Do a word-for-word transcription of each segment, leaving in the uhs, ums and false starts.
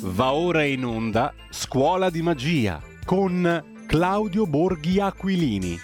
Va ora in onda Scuola di Magia con Claudio Borghi Aquilini.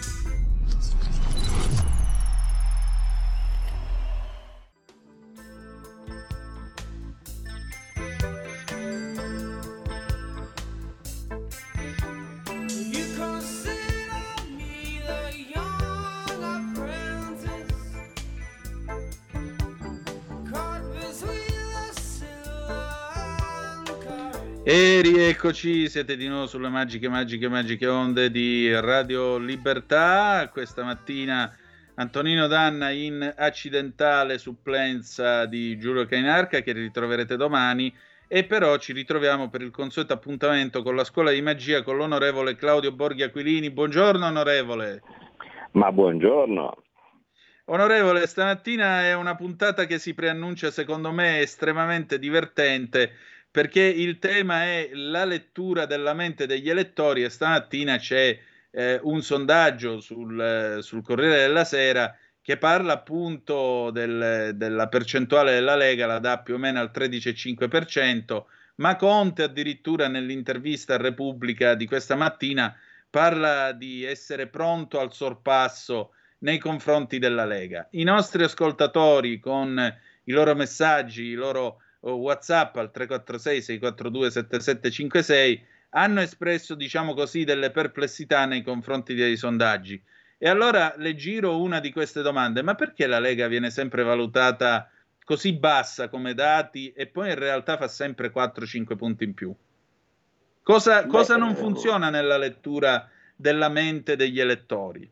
E rieccoci, siete di nuovo sulle magiche, magiche, magiche onde di Radio Libertà. Questa mattina Antonino Danna in accidentale supplenza di Giulio Cainarca, che ritroverete domani, e però ci ritroviamo per il consueto appuntamento con la Scuola di Magia con l'onorevole Claudio Borghi Aquilini. Buongiorno onorevole. Ma buongiorno. Onorevole, stamattina è una puntata che si preannuncia secondo me estremamente divertente, perché il tema è la lettura della mente degli elettori e stamattina c'è eh, un sondaggio sul, sul Corriere della Sera che parla appunto del, della percentuale della Lega, la dà più o meno al tredici virgola cinque per cento, ma Conte addirittura nell'intervista a Repubblica di questa mattina parla di essere pronto al sorpasso nei confronti della Lega. I nostri ascoltatori con i loro messaggi, i loro WhatsApp al tre quattro sei sei quattro due sette sette cinque sei hanno espresso, diciamo così, delle perplessità nei confronti dei sondaggi. E allora le giro una di queste domande: ma perché la Lega viene sempre valutata così bassa come dati e poi in realtà fa sempre quattro cinque punti in più? Cosa, cosa non funziona nella lettura della mente degli elettori?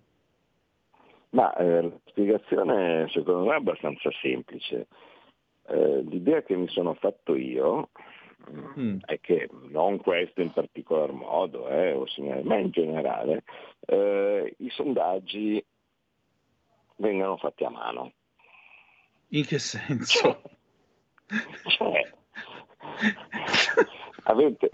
Ma eh, la spiegazione secondo me è abbastanza semplice. Eh, l'idea che mi sono fatto io mm. è che non questo in particolar modo, eh, o simile, ma in generale eh, i sondaggi vengano fatti a mano. In che senso? Cioè, avete,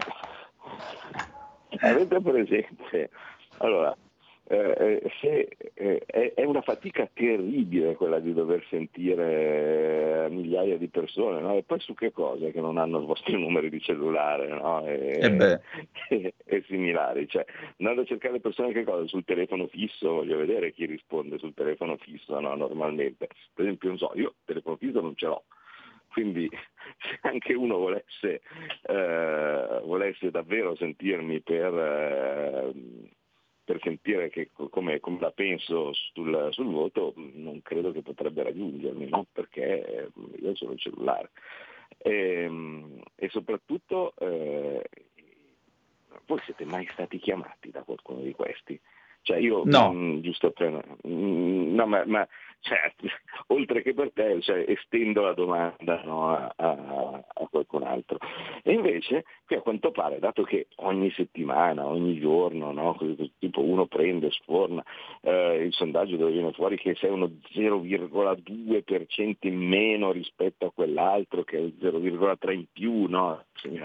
avete presente? Allora, Eh, se, eh, è, è una fatica terribile quella di dover sentire migliaia di persone, no? E poi su che cosa? Che non hanno i vostri numeri di cellulare, no? E, eh beh. e, e similari, cioè andando a cercare le persone che cosa? Sul telefono fisso, voglio vedere chi risponde sul telefono fisso, no? Normalmente, per esempio, non so, io il telefono fisso non ce l'ho. Quindi se anche uno volesse, eh, volesse davvero sentirmi per... Eh, per sentire che, come, come la penso sul, sul voto, non credo che potrebbe raggiungermi, no? Perché io sono il cellulare. E, e soprattutto, eh, voi siete mai stati chiamati da qualcuno di questi? Cioè io, no. mh, giusto per... Mh, no, ma, ma cioè, oltre che per te, cioè, estendo la domanda, no, a, a, a qualcun altro. E invece, qui a quanto pare, dato che ogni settimana, ogni giorno, no, tipo uno prende, sforna eh, il sondaggio dove viene fuori che sei uno zero virgola due per cento in meno rispetto a quell'altro, che è il zero virgola tre in più, no?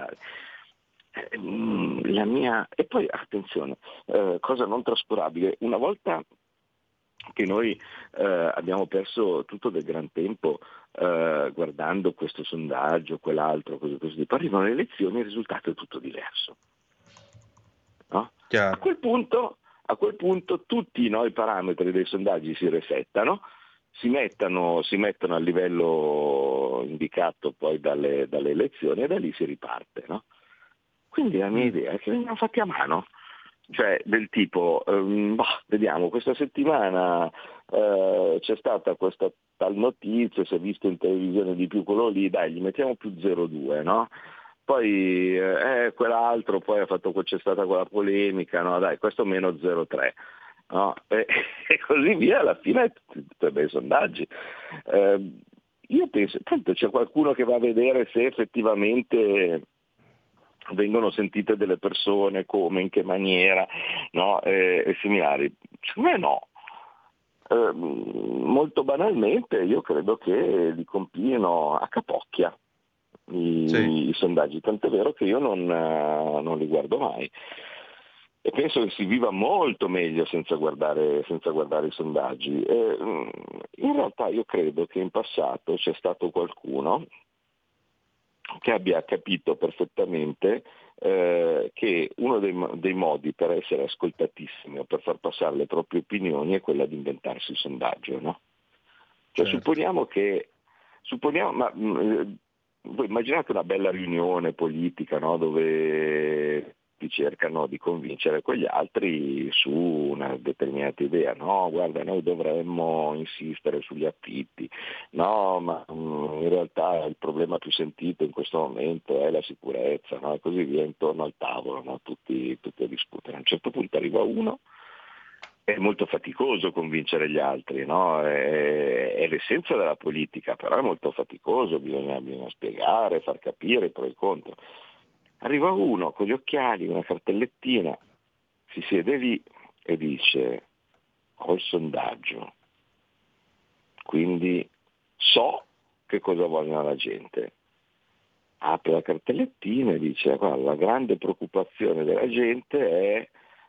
La mia... E poi attenzione, eh, cosa non trascurabile, una volta che noi eh, abbiamo perso tutto del gran tempo eh, guardando questo sondaggio, quell'altro, così così, poi arrivano le elezioni e il risultato è tutto diverso, no? A quel punto, a quel punto tutti no, i parametri dei sondaggi si resettano, si mettono, si mettono al livello indicato poi dalle, dalle elezioni e da lì si riparte, no? Quindi la mia idea è che vengano fatti a mano, cioè del tipo, um, bah, vediamo, questa settimana uh, c'è stata questa tal notizia, si è visto in televisione di più quello lì, dai, gli mettiamo più zero virgola due, no? Poi eh, quell'altro, poi ha fatto, c'è stata quella polemica, no? Dai, questo meno zero virgola tre. No? E, e così via, alla fine tutti bei sondaggi. Uh, io penso, tanto c'è qualcuno che va a vedere se effettivamente vengono sentite delle persone, come, in che maniera, no? e, e similari. Secondo me no. Eh, molto banalmente io credo che li compilino a capocchia i, sì. i sondaggi, tant'è vero che io non, non li guardo mai. E penso che si viva molto meglio senza guardare, senza guardare i sondaggi. E, in realtà io credo che in passato c'è stato qualcuno che abbia capito perfettamente eh, che uno dei, dei modi per essere ascoltatissimi o per far passare le proprie opinioni è quella di inventarsi il sondaggio, no? Cioè Certo. supponiamo che, supponiamo, ma mh, voi immaginate una bella riunione politica, no? Dove ti cercano di convincere quegli altri su una determinata idea, no, guarda, noi dovremmo insistere sugli affitti, no, ma mh, in realtà il problema più sentito in questo momento è la sicurezza, no? E così via intorno al tavolo, no? tutti, tutti a discutere. A un certo punto arriva uno, è molto faticoso convincere gli altri, no? È, è l'essenza della politica, però è molto faticoso, bisogna, bisogna spiegare, far capire i pro e i contro. Arriva uno con gli occhiali, una cartellettina, si siede lì e dice: ho il sondaggio, quindi so che cosa vogliono la gente. Apre la cartellettina e dice: guarda, la grande preoccupazione della gente è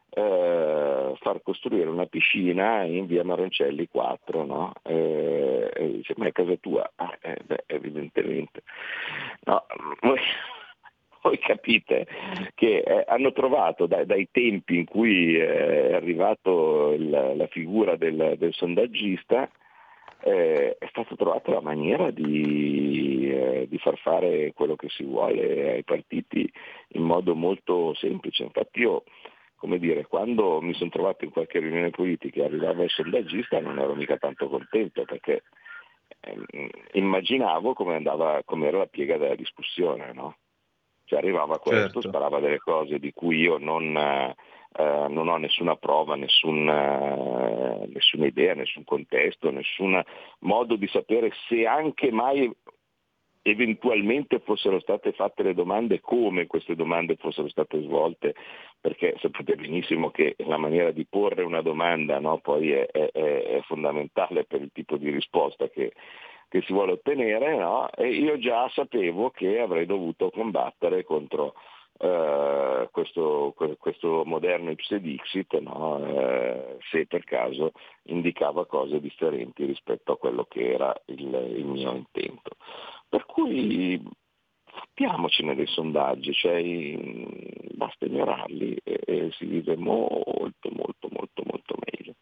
eh, far costruire una piscina in via Maroncelli quattro, no? Eh, e dice: ma è casa tua? Ah, eh, beh, evidentemente. No, voi, voi capite che eh, hanno trovato da, dai tempi in cui è arrivato il, la figura del, del sondaggista, eh, è stata trovata la maniera di, eh, di far fare quello che si vuole ai partiti in modo molto semplice. Infatti io, come dire, quando mi sono trovato in qualche riunione politica e arrivava il sondaggista non ero mica tanto contento, perché eh, immaginavo come andava, come era la piega della discussione, no? Cioè arrivava questo, Certo. sparava delle cose di cui io non, eh, non ho nessuna prova, nessun, eh, nessuna idea, nessun contesto, nessun modo di sapere se anche mai eventualmente fossero state fatte le domande, come queste domande fossero state svolte, perché sapete benissimo che la maniera di porre una domanda, no, poi è, è, è fondamentale per il tipo di risposta che, che si vuole ottenere, no? E io già sapevo che avrei dovuto combattere contro eh, questo, questo moderno ipse dixit, no? eh, se per caso indicava cose differenti rispetto a quello che era il, il mio intento. Per cui fottiamocene dei sondaggi, cioè basta ignorarli e, e si vive molto molto molto molto meglio.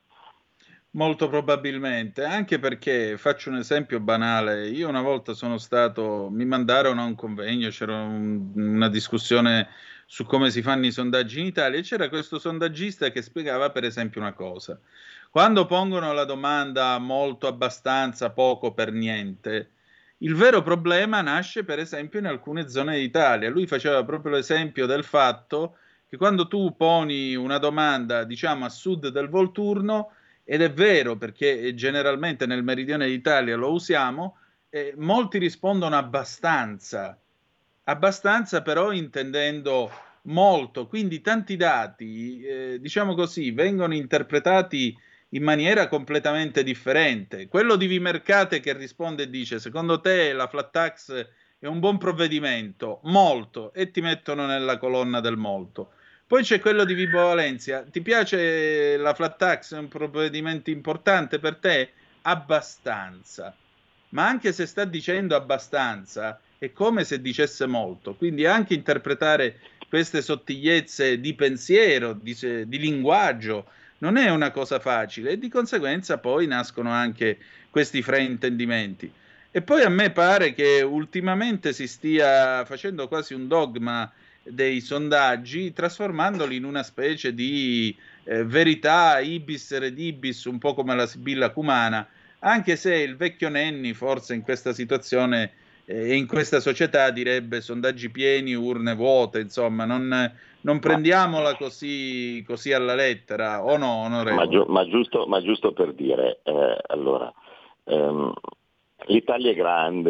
Molto probabilmente, anche perché faccio un esempio banale. Io una volta sono stato, mi mandarono a un convegno, c'era un- una discussione su come si fanno i sondaggi in Italia e c'era questo sondaggista che spiegava per esempio una cosa. Quando pongono la domanda molto, abbastanza, poco, per niente, il vero problema nasce per esempio in alcune zone d'Italia. Lui faceva proprio l'esempio del fatto che quando tu poni una domanda, diciamo, a sud del Volturno, ed è vero perché generalmente nel meridione d'Italia lo usiamo, eh, molti rispondono abbastanza, abbastanza però intendendo molto, quindi tanti dati, eh, diciamo così, vengono interpretati in maniera completamente differente. Quello di Vimercate che risponde e dice: secondo te la flat tax è un buon provvedimento? Molto, e ti mettono nella colonna del molto. Poi c'è quello di Vibo Valencia. Ti piace la flat tax? È un provvedimento importante per te? Abbastanza. Ma anche se sta dicendo abbastanza, è come se dicesse molto. Quindi anche interpretare queste sottigliezze di pensiero, di, di linguaggio, non è una cosa facile e di conseguenza poi nascono anche questi fraintendimenti. E poi a me pare che ultimamente si stia facendo quasi un dogma dei sondaggi, trasformandoli in una specie di eh, verità ibis redibis, un po' come la Sibilla Cumana, anche se il vecchio Nenni forse in questa situazione e eh, in questa società direbbe sondaggi pieni, urne vuote, insomma, non, non Ma, prendiamola così, così alla lettera, o no, ma, giu- onorevole? ma giusto, ma giusto per dire, eh, allora, ehm, l'Italia è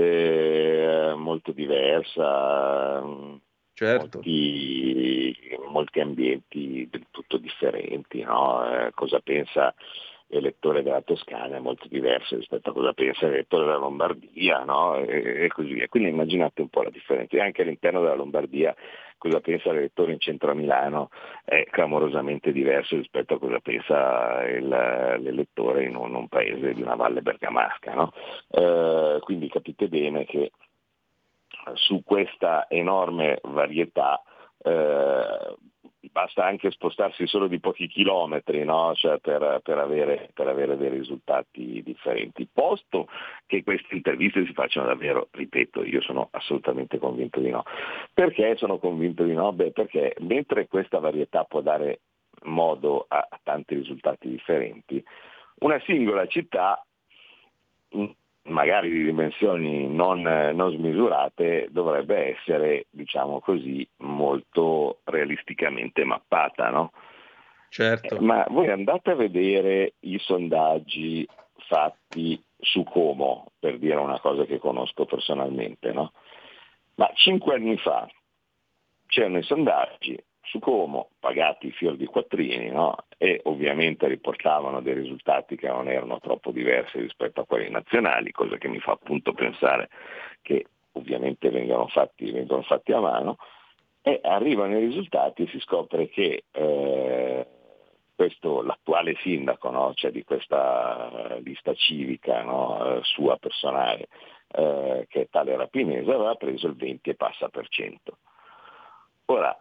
grande, eh, molto diversa, ehm, Certo, molti, molti ambienti del tutto differenti, no? Eh, cosa pensa l'elettore della Toscana è molto diverso rispetto a cosa pensa l'elettore della Lombardia, no? E, e così via. Quindi immaginate un po' la differenza. E anche all'interno della Lombardia cosa pensa l'elettore in centro a Milano è clamorosamente diverso rispetto a cosa pensa il, l'elettore in un, un paese di una valle bergamasca, no? Eh, quindi capite bene che su questa enorme varietà eh, basta anche spostarsi solo di pochi chilometri, no? Cioè per, per, avere, per avere dei risultati differenti. Posto che queste interviste si facciano davvero, ripeto, io sono assolutamente convinto di no. Perché sono convinto di no? Beh, perché mentre questa varietà può dare modo a, a tanti risultati differenti, una singola città, magari di dimensioni non, non smisurate, dovrebbe essere, diciamo così, molto realisticamente mappata, no? Certo. Eh, ma voi andate a vedere i sondaggi fatti su Como, per dire una cosa che conosco personalmente, no? Ma cinque anni fa c'erano i sondaggi su Como, pagati fior di quattrini, no? E ovviamente riportavano dei risultati che non erano troppo diversi rispetto a quelli nazionali, cosa che mi fa appunto pensare che ovviamente vengono fatti, vengono fatti a mano, e arrivano i risultati e si scopre che eh, questo, l'attuale sindaco, no? Cioè di questa lista civica, no? Sua personale, eh, che è tale Rapinese, aveva preso il venti e passa per cento. Ora,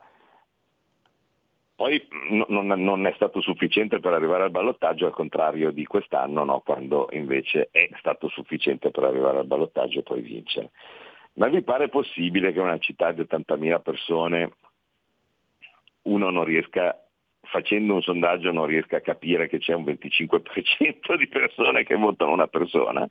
poi non, non è stato sufficiente per arrivare al ballottaggio, al contrario di quest'anno, no? Quando invece è stato sufficiente per arrivare al ballottaggio e poi vincere. Ma vi pare possibile che una città di ottantamila persone uno non riesca, facendo un sondaggio, non riesca a capire che c'è un venticinque per cento di persone che votano una persona?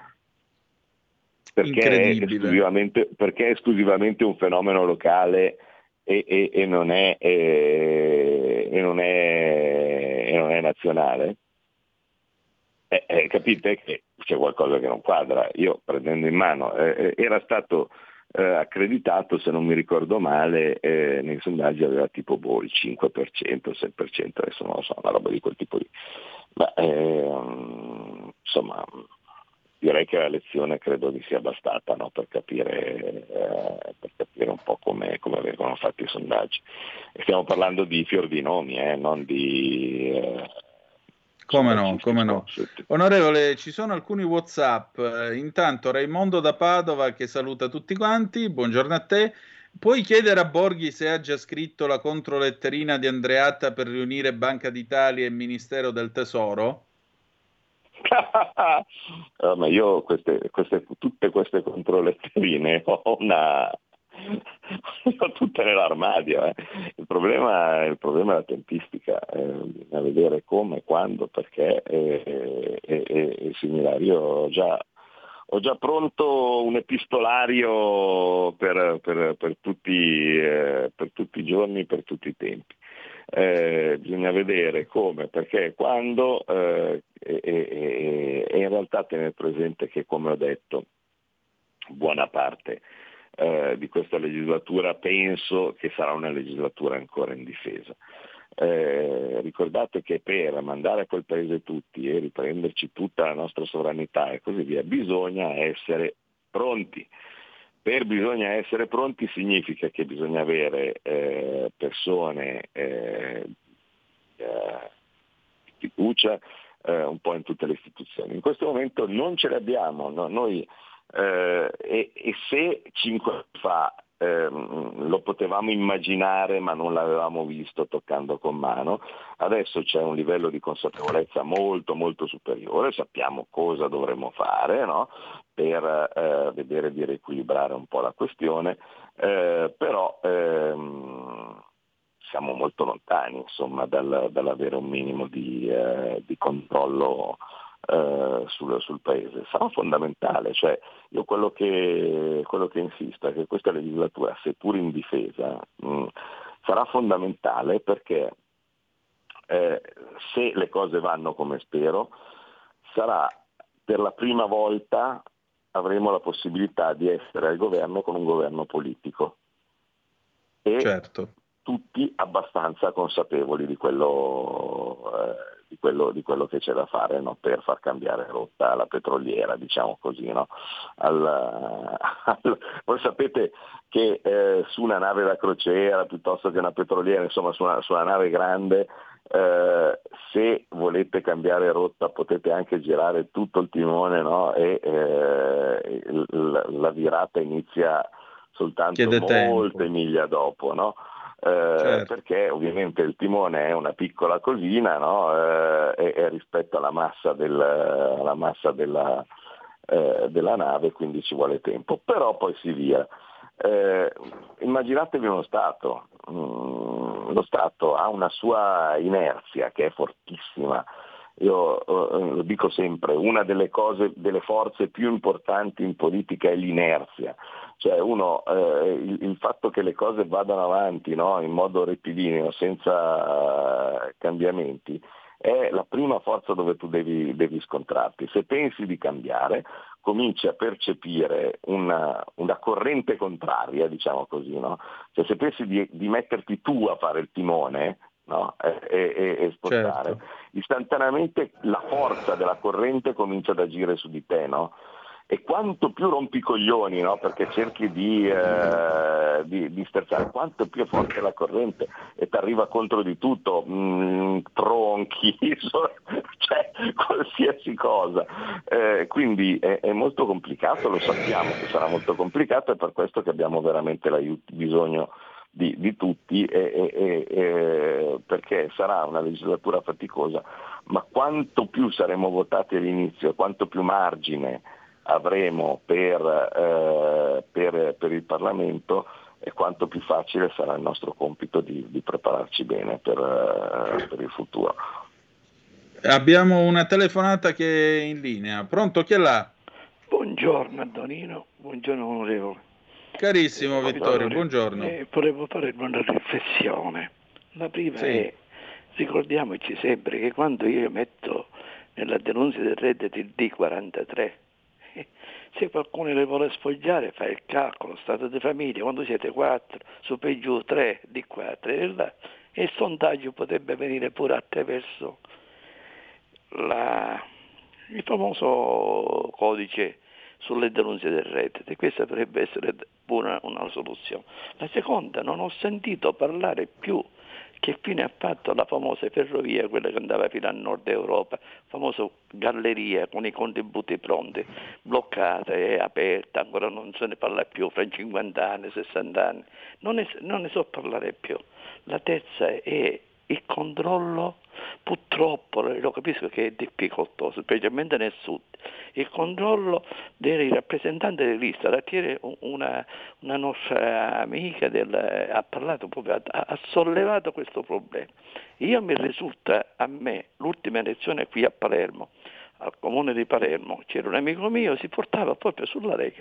Perché è esclusivamente, perché è esclusivamente un fenomeno locale e, e, e, non è, e, e, non è, e non è nazionale? Eh, eh, capite che c'è qualcosa che non quadra. Io prendendo in mano, eh, era stato eh, accreditato, se non mi ricordo male, eh, nei sondaggi aveva tipo boh, il cinque per cento, il sei per cento, adesso non lo so, una roba di quel tipo lì. Ma eh, insomma, direi che la lezione credo che sia bastata, no, per capire eh, per capire un po' come, come vengono fatti i sondaggi. E stiamo parlando di fior di nomi, eh, non di eh, Come no, come no. Onorevole, ci sono alcuni WhatsApp. Intanto Raimondo da Padova che saluta tutti quanti, buongiorno a te. Puoi chiedere a Borghi se ha già scritto la controletterina di Andreatta per riunire Banca d'Italia e Ministero del Tesoro? oh, ma io queste, queste, tutte queste controletterine ho una... ho tutte nell'armadio. Eh. Il, problema, il problema è la tempistica, eh, bisogna vedere come, quando, perché e, e, e, e similari. Io ho già, ho già pronto un epistolario per, per, per, tutti, eh, per tutti i giorni, per tutti i tempi. Eh, bisogna vedere come, perché, quando eh, e, e, e in realtà tenere presente che, come ho detto, buona parte Eh, di questa legislatura penso che sarà una legislatura ancora in difesa. Eh, ricordate che per mandare a quel paese tutti e riprenderci tutta la nostra sovranità e così via bisogna essere pronti. Per bisogna essere pronti significa che bisogna avere eh, persone eh, eh, di fiducia eh, un po' in tutte le istituzioni. In questo momento non ce le abbiamo, no? Noi Eh, e, e se cinque anni fa ehm, lo potevamo immaginare ma non l'avevamo visto toccando con mano, adesso c'è un livello di consapevolezza molto molto superiore, sappiamo cosa dovremmo fare, no? Per eh, vedere di riequilibrare un po' la questione, eh, però ehm, siamo molto lontani, insomma, dal, dall'avere un minimo di, eh, di controllo Uh, sul, sul paese. Sarà fondamentale, cioè io quello che, quello che insisto è che questa legislatura, seppur in difesa, mh, sarà fondamentale perché eh, se le cose vanno come spero, sarà per la prima volta avremo la possibilità di essere al governo con un governo politico e certo. tutti abbastanza consapevoli di quello eh, Di quello, di quello che c'è da fare, no? Per far cambiare rotta alla petroliera, diciamo così, no? al, al, voi sapete che eh, su una nave da crociera piuttosto che una petroliera, insomma su una, su una nave grande, eh, se volete cambiare rotta potete anche girare tutto il timone, no? E eh, la, la virata inizia soltanto molte tempo. miglia dopo, no? Eh, certo. Perché ovviamente il timone è una piccola cosina, no? eh, e, e rispetto alla massa, del, alla massa della, eh, della nave, quindi ci vuole tempo, però poi si via. Eh, immaginatevi uno Stato, mm, lo Stato ha una sua inerzia che è fortissima. Io eh, lo dico sempre, una delle cose, delle forze più importanti in politica è l'inerzia, cioè uno, eh, il, il fatto che le cose vadano avanti, no, in modo rettilineo, senza eh, cambiamenti, è la prima forza dove tu devi, devi scontrarti. Se pensi di cambiare, cominci a percepire una, una corrente contraria, diciamo così, no? Cioè se pensi di, di metterti tu a fare il timone, no? e, e, e spostare, certo. istantaneamente la forza della corrente comincia ad agire su di te, no? E quanto più rompi i coglioni, no? Perché cerchi di, eh, di, di sterzare, quanto più è forte la corrente e ti arriva contro di tutto, mh, tronchi, cioè qualsiasi cosa. Eh, quindi è, è molto complicato, lo sappiamo che sarà molto complicato, è per questo che abbiamo veramente bisogno Di, di tutti e, e, e, perché sarà una legislatura faticosa, ma quanto più saremo votati all'inizio, quanto più margine avremo per, eh, per, per il Parlamento e quanto più facile sarà il nostro compito di, di prepararci bene per, eh, per il futuro. Abbiamo una telefonata che è in linea. Pronto, chi è là? Buongiorno Antonino, buongiorno onorevole. Carissimo eh, Vittorio, buongiorno. Eh, volevo fare una riflessione. La prima sì. è, ricordiamoci sempre che quando io metto nella denuncia del reddito il D quarantatré, eh, se qualcuno le vuole sfoggiare fa il calcolo, stato di famiglia, quando siete quattro, su per giù tre, di qua, tre, là, e il sondaggio potrebbe venire pure attraverso la, il famoso codice sulle denunce del reddito, e questa potrebbe essere buona una soluzione. La seconda, non ho sentito parlare più che fine ha fatto la famosa ferrovia, quella che andava fino a nord Europa, famosa galleria con i contributi pronti, bloccata e aperta, ancora non se ne parla più, fra cinquanta anni, sessanta anni, non ne, non ne so parlare più. La terza è il controllo, purtroppo lo capisco che è difficoltoso, specialmente nel sud, il controllo dei rappresentanti delle liste. L'altro una, una nostra amica del, ha parlato proprio, ha, ha sollevato questo problema. Io mi risulta, a me, l'ultima elezione qui a Palermo, al comune di Palermo, c'era un amico mio, si portava proprio sulla Lega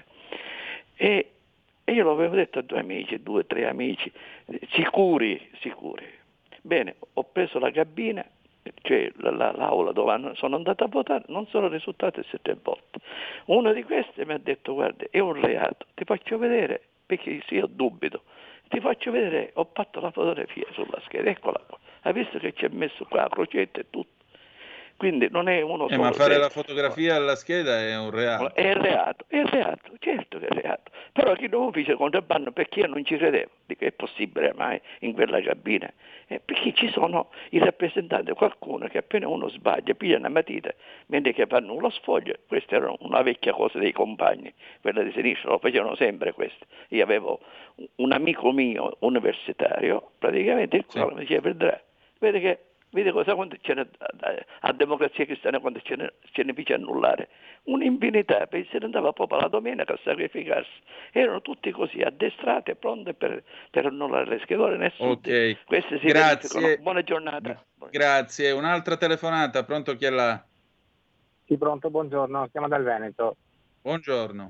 e, e io l'avevo detto a due amici, due o tre amici, sicuri, sicuri. Bene, ho preso la cabina, cioè la, la, l'aula dove sono andato a votare, non sono risultate sette volte. Uno di questi mi ha detto: guarda, è un reato, ti faccio vedere, perché sì, io dubito, ti faccio vedere, ho fatto la fotografia sulla scheda, eccola qua, hai visto che ci ha messo qua la crocetta e tutto. Quindi non è uno eh, solo. Ma fare la fotografia alla scheda è un reato. È reato, è reato, certo che è reato. Però chi non fece contrabbando, perché io non ci credevo, di che è possibile mai in quella cabina. Eh, perché ci sono i rappresentanti, qualcuno che appena uno sbaglia, piglia una matita, mentre che fanno uno sfoglio. Questa era una vecchia cosa dei compagni, quella di sinistra, lo facevano sempre questo. Io avevo un amico mio universitario, praticamente il quale sì. mi diceva: vedrà, vede che vede cosa quando ce ne, a, a Democrazia Cristiana, quando ce ne, ce ne fece annullare un'infinità, perché se ne andava proprio la domenica a sacrificarsi. Erano tutti così addestrati, pronti per, per annullare le schede nel sud. Okay. Queste si Grazie. verificano. Buona giornata. Grazie. Un'altra telefonata, pronto, chi è là? Sì, pronto, buongiorno, chiamo dal Veneto. Buongiorno.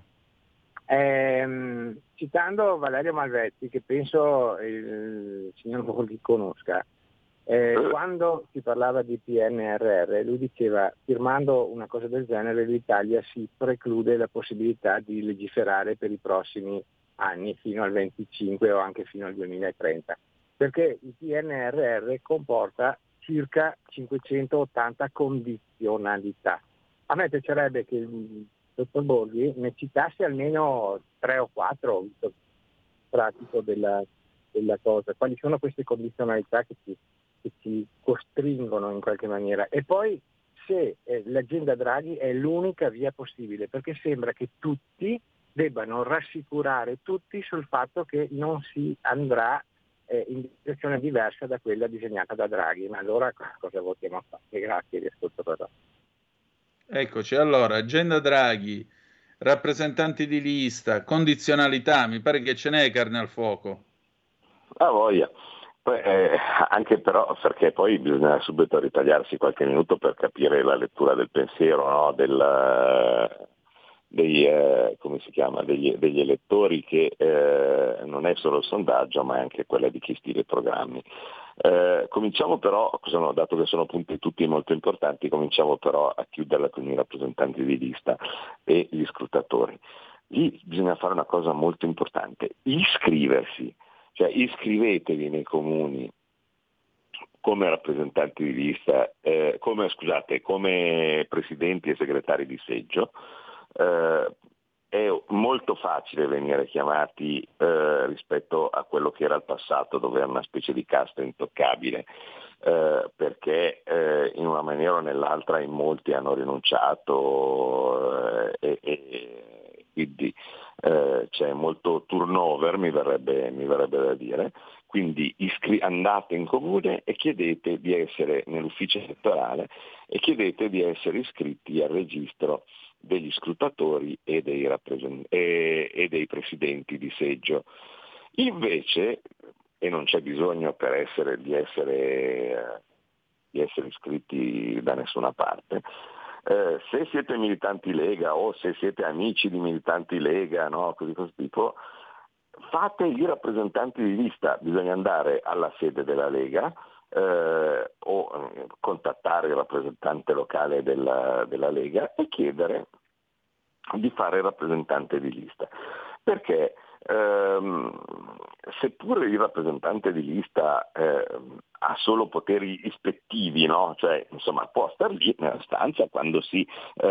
Eh, citando Valerio Malvezzi, che penso il signor Borghi conosca, Eh, quando si parlava di P N R R, lui diceva: firmando una cosa del genere l'Italia si preclude la possibilità di legiferare per i prossimi anni fino al venticinque o anche fino al duemilatrenta, perché il P N R R comporta circa cinquecentottanta condizionalità. A me piacerebbe che il dottor Borghi ne citasse almeno tre o quattro, visto il pratico della, della cosa. Quali sono queste condizionalità che ci che ci costringono in qualche maniera, e poi se eh, l'agenda Draghi è l'unica via possibile, perché sembra che tutti debbano rassicurare tutti sul fatto che non si andrà eh, in direzione diversa da quella disegnata da Draghi. Ma allora cosa votiamo a fare? Grazie, vi ascolto però. Eccoci, allora, agenda Draghi, rappresentanti di lista, condizionalità, mi pare che ce n'è carne al fuoco. Ah, voglia. Poi, eh, anche però perché poi bisogna subito ritagliarsi qualche minuto per capire la lettura del pensiero, no? del, dei, eh, come si chiama? Degli, degli elettori, che eh, non è solo il sondaggio ma è anche quella di chi stila i programmi. Eh, cominciamo però, sono, dato che sono punti tutti molto importanti, cominciamo però a chiuderla con i rappresentanti di lista e gli scrutatori. Lì bisogna fare una cosa molto importante: iscriversi. Cioè iscrivetevi nei comuni come rappresentanti di lista, eh, come, scusate, come presidenti e segretari di seggio. Eh, è molto facile venire chiamati eh, rispetto a quello che era il passato, dove era una specie di casta intoccabile, eh, perché eh, in una maniera o nell'altra in molti hanno rinunciato eh, e, e quindi eh, c'è molto turnover, mi verrebbe, mi verrebbe da dire. Quindi iscri- andate in comune e chiedete di essere nell'ufficio elettorale e chiedete di essere iscritti al registro degli scrutatori e dei, rappresent- e, e dei presidenti di seggio. Invece, e non c'è bisogno per essere, di, essere, di essere iscritti da nessuna parte, eh, se siete militanti Lega o se siete amici di militanti Lega, no, così questo tipo, fate i rappresentanti di lista. Bisogna andare alla sede della Lega eh, o eh, contattare il rappresentante locale della, della Lega e chiedere di fare il rappresentante di lista. Perché ehm, seppure il rappresentante di lista eh, ha solo poteri ispettivi, no? Cioè, insomma, può star lì nella stanza quando si,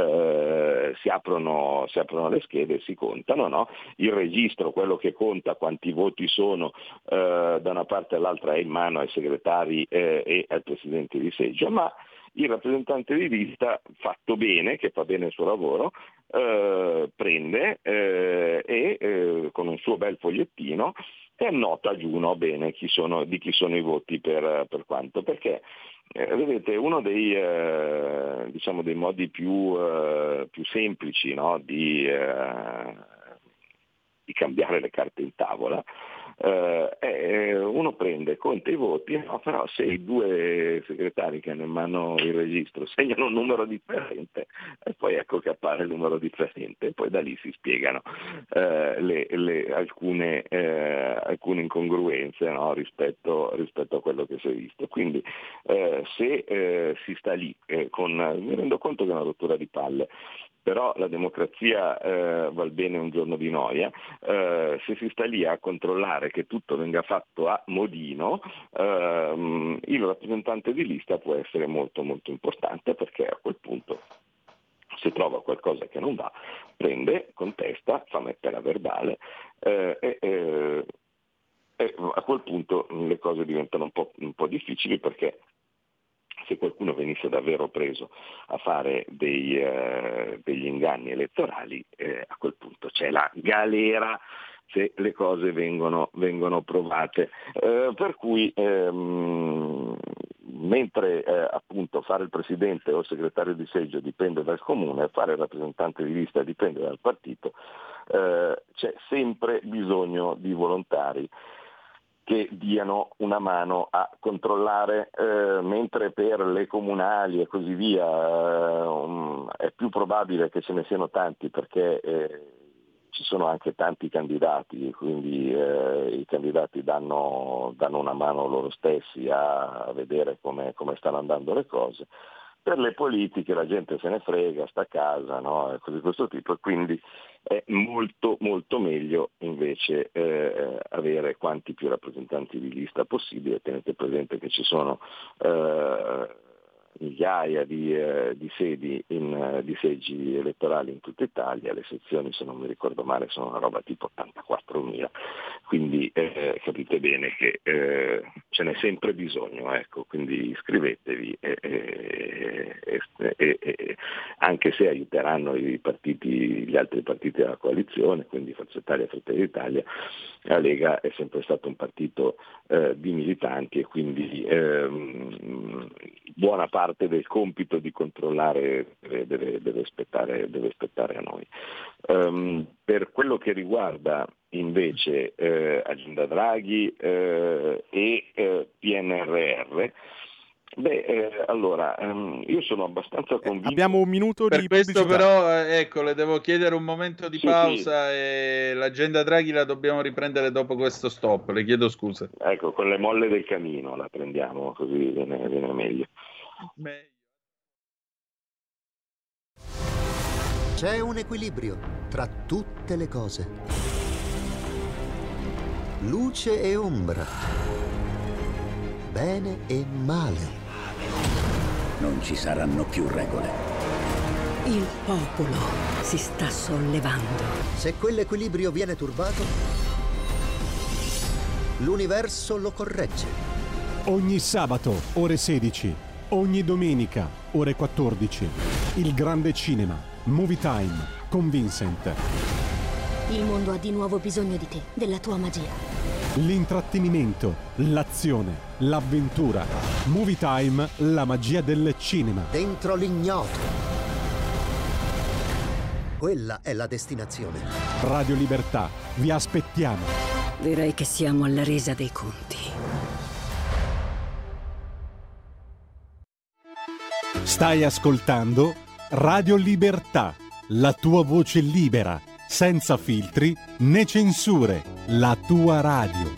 eh, si, aprono, si aprono le schede e si contano, no? Il registro, quello che conta quanti voti sono eh, da una parte all'altra, è in mano ai segretari eh, e al presidente di seggio, ma il rappresentante di lista, fatto bene, che fa bene il suo lavoro, eh, prende eh, e eh, con un suo bel fogliettino e annota a giuno bene chi sono, di chi sono i voti per, per quanto, perché eh, vedete, uno dei, eh, diciamo dei modi più, eh, più semplici, no, di, eh, di cambiare le carte in tavola, Uh, eh, uno prende, conta i voti, no, però se i due segretari che hanno in mano il registro segnano un numero differente, e poi ecco che appare il numero differente, e poi da lì si spiegano uh, le, le, alcune, uh, alcune incongruenze, no, rispetto, rispetto a quello che si è visto. Quindi uh, se uh, si sta lì eh, con, mi rendo conto che è una rottura di palle, però la democrazia eh, val bene un giorno di noia, eh, se si sta lì a controllare che tutto venga fatto a modino, ehm, il rappresentante di lista può essere molto molto importante, perché a quel punto, se trova qualcosa che non va, prende, contesta, fa mettere a verbale eh, e, e, e a quel punto le cose diventano un po', un po' difficili, perché se qualcuno venisse davvero preso a fare dei, eh, degli inganni elettorali, eh, a quel punto c'è la galera se le cose vengono, vengono provate. Eh, per cui ehm, mentre eh, appunto fare il presidente o il segretario di seggio dipende dal comune, fare il rappresentante di lista dipende dal partito, eh, c'è sempre bisogno di volontari che diano una mano a controllare, eh, mentre per le comunali e così via eh, um, è più probabile che ce ne siano tanti, perché eh, ci sono anche tanti candidati, quindi eh, i candidati danno, danno una mano loro stessi a, a vedere come, come stanno andando le cose. Per le politiche la gente se ne frega, sta a casa, no? E cose di questo tipo, e quindi è molto molto meglio invece eh, avere quanti più rappresentanti di lista possibile. Tenete presente che ci sono eh, migliaia di, eh, di sedi in, eh, di seggi elettorali in tutta Italia, le sezioni, se non mi ricordo male, sono una roba tipo ottantaquattromila, quindi eh, capite bene che eh, ce n'è sempre bisogno, ecco, quindi iscrivetevi e, e, e, e, e, anche se aiuteranno i partiti, gli altri partiti della coalizione, quindi Forza Italia e Fratelli d'Italia, la Lega è sempre stato un partito eh, di militanti e quindi ehm, buona parte del compito di controllare deve, deve, deve, spettare, deve spettare a noi. Um, per quello che riguarda invece eh, agenda Draghi eh, e eh, P N R R, beh, eh, allora um, io sono abbastanza convinto. Abbiamo un minuto per di questo pubblicità. però eh, ecco, le devo chiedere un momento di sì, pausa sì. E l'agenda Draghi la dobbiamo riprendere dopo questo stop, le chiedo scusa. Ecco, con le molle del camino la prendiamo, così viene, viene meglio. Beh. C'è un equilibrio tra tutte le cose. Luce e ombra. Bene e male. Non ci saranno più regole. Il popolo si sta sollevando. Se quell'equilibrio viene turbato, l'universo lo corregge. Ogni sabato, ore sedici. Ogni domenica, ore quattordici. Il grande cinema. Movie Time con Vincent. Il mondo ha di nuovo bisogno di te, della tua magia. L'intrattenimento, l'azione, l'avventura. Movie Time, la magia del cinema. Dentro l'ignoto. Quella è la destinazione. Radio Libertà, vi aspettiamo. Direi che siamo alla resa dei conti. Stai ascoltando Radio Libertà, la tua voce libera, senza filtri né censure, la tua radio.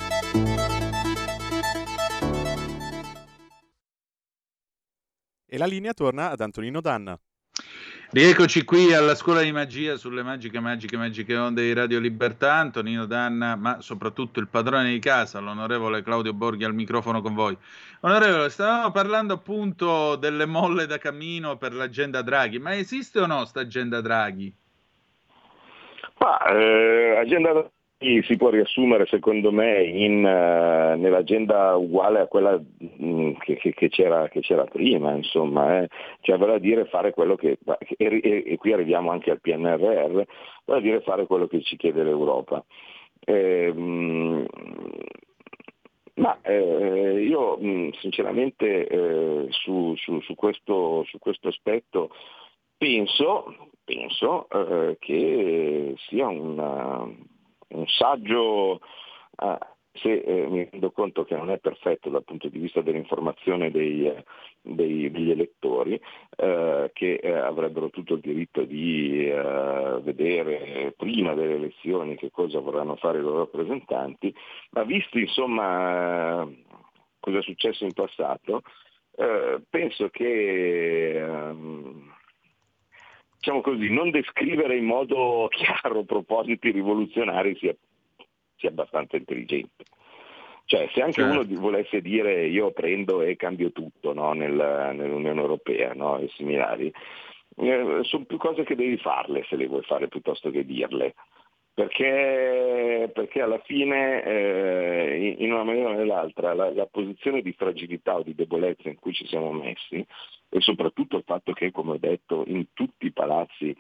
E la linea torna ad Antonino Danna. Rieccoci qui alla Scuola di Magia sulle magiche, magiche, magiche onde di Radio Libertà. Antonino Danna, ma soprattutto il padrone di casa, l'onorevole Claudio Borghi al microfono con voi. Onorevole, stavamo parlando appunto delle molle da cammino per l'agenda Draghi, ma esiste o no sta agenda Draghi? Ma, eh, agenda Draghi si può riassumere secondo me in, uh, nell'agenda uguale a quella mh, che, che, che, c'era, che c'era prima, insomma, eh. Cioè vale a dire fare quello che, e, e, e qui arriviamo anche al P N R R, vale a dire fare quello che ci chiede l'Europa. Eh, mh, ma eh, io mh, sinceramente eh, su, su, su, questo, su questo aspetto penso, penso eh, che sia una, un saggio, eh, se eh, mi rendo conto che non è perfetto dal punto di vista dell'informazione dei, dei, degli elettori, eh, che eh, avrebbero tutto il diritto di eh, vedere prima delle elezioni che cosa vorranno fare i loro rappresentanti, ma visto insomma eh, cosa è successo in passato, eh, penso che ehm, diciamo così, non descrivere in modo chiaro propositi rivoluzionari sia, sia abbastanza intelligente. Cioè, se anche certo. uno volesse dire io prendo e cambio tutto, no, nel, nell'Unione Europea, no, e similari, eh, sono più cose che devi farle se le vuoi fare piuttosto che dirle. Perché, perché alla fine, eh, in una maniera o nell'altra, la, la posizione di fragilità o di debolezza in cui ci siamo messi, e soprattutto il fatto che, come ho detto, in tutti i palazzi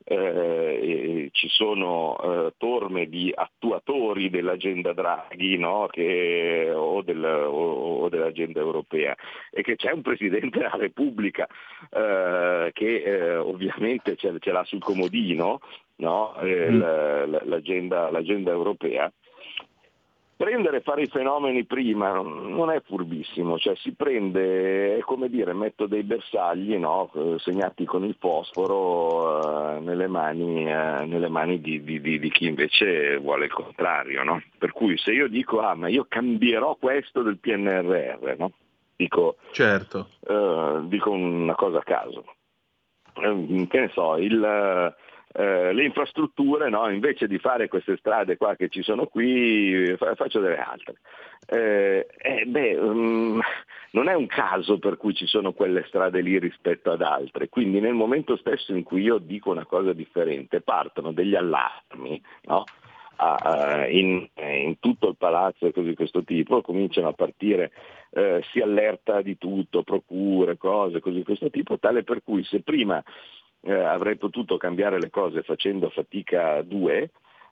eh, ci sono eh, torme di attuatori dell'agenda Draghi, no? che, o, del, o, o dell'agenda europea, e che c'è un Presidente della Repubblica eh, che eh, ovviamente ce, ce l'ha sul comodino, no? eh, mm. l'agenda, l'agenda europea. Prendere e fare i fenomeni prima non è furbissimo, cioè si prende, è come dire, metto dei bersagli, no, segnati con il fosforo eh, nelle mani, eh, nelle mani di, di, di, di chi invece vuole il contrario, no? Per cui se io dico ah ma io cambierò questo del P N R R, no? Dico, certo. eh, dico una cosa a caso, eh, che ne so, il... Uh, le infrastrutture, no? Invece di fare queste strade qua che ci sono qui, fa- faccio delle altre. Eh, eh, beh, um, non è un caso per cui ci sono quelle strade lì rispetto ad altre, quindi nel momento stesso in cui io dico una cosa differente partono degli allarmi, no? a, a, in, in tutto il palazzo e cose di questo tipo, cominciano a partire, eh, si allerta di tutto, procure, cose, cose di questo tipo, tale per cui se prima eh, avrei potuto cambiare le cose facendo fatica due,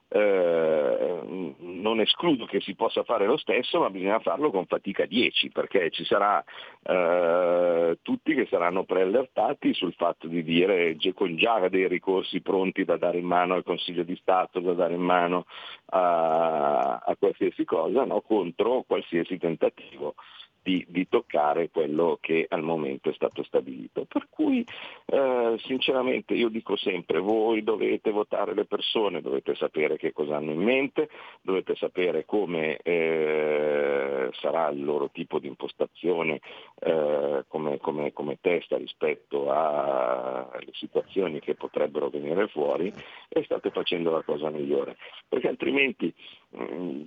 Eh, non escludo che si possa fare lo stesso, ma bisogna farlo con fatica dieci, perché ci sarà eh, tutti che saranno preallertati sul fatto di dire con già dei ricorsi pronti da dare in mano al Consiglio di Stato, da dare in mano a, a qualsiasi cosa, no? Contro qualsiasi tentativo Di, di toccare quello che al momento è stato stabilito. Per cui eh, sinceramente io dico sempre, voi dovete votare le persone, dovete sapere che cosa hanno in mente, dovete sapere come eh, sarà il loro tipo di impostazione eh, come, come, come testa rispetto a, alle situazioni che potrebbero venire fuori, e state facendo la cosa migliore, perché altrimenti mh,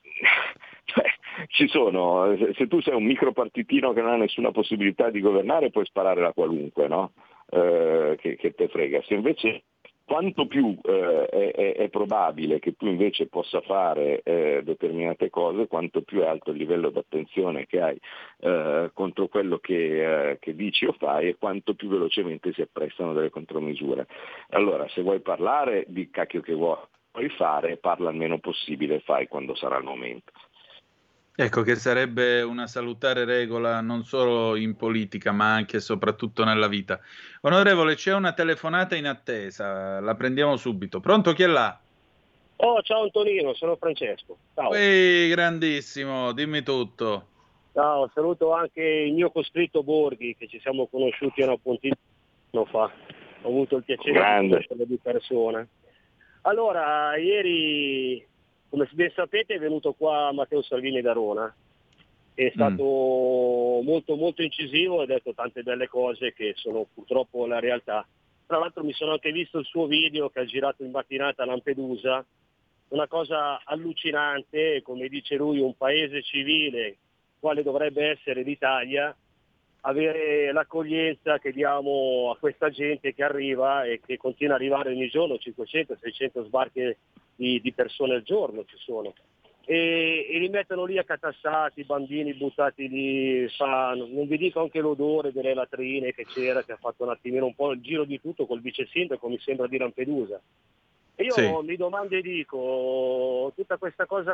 cioè, ci sono, se tu sei un micropartitino che non ha nessuna possibilità di governare, puoi sparare a qualunque, no? Eh, che, che te frega. Se invece quanto più eh, è, è probabile che tu invece possa fare eh, determinate cose, quanto più è alto il livello di attenzione che hai eh, contro quello che, eh, che dici o fai, e quanto più velocemente si apprestano delle contromisure. Allora, se vuoi parlare di cacchio che vuoi puoi fare, parla il meno possibile, fai quando sarà il momento. Ecco, che sarebbe una salutare regola non solo in politica ma anche e soprattutto nella vita. Onorevole, c'è una telefonata in attesa, la prendiamo subito. Pronto, chi è là? Oh, ciao Antonino, sono Francesco. Ciao. Ehi, grandissimo, dimmi tutto. Ciao, saluto anche il mio coscritto Borghi, che ci siamo conosciuti una puntina fa. Ho avuto il piacere Grande. di conoscerlo di persona. Allora, ieri, come ben sapete, è venuto qua Matteo Salvini da Rona, è stato mm. molto molto incisivo, ha detto tante belle cose che sono purtroppo la realtà. Tra l'altro mi sono anche visto il suo video che ha girato in mattinata a Lampedusa, una cosa allucinante, come dice lui, un paese civile, quale dovrebbe essere l'Italia, avere l'accoglienza che diamo a questa gente che arriva e che continua ad arrivare ogni giorno, cinquecento seicento sbarchi di, di persone al giorno ci sono, e, e li mettono lì accatassati, bambini buttati lì, fa, non vi dico anche l'odore delle latrine che c'era, che ha fatto un attimino un po' il giro di tutto col vice sindaco, mi sembra, di Lampedusa. E io sì. mi domando e dico, tutta questa cosa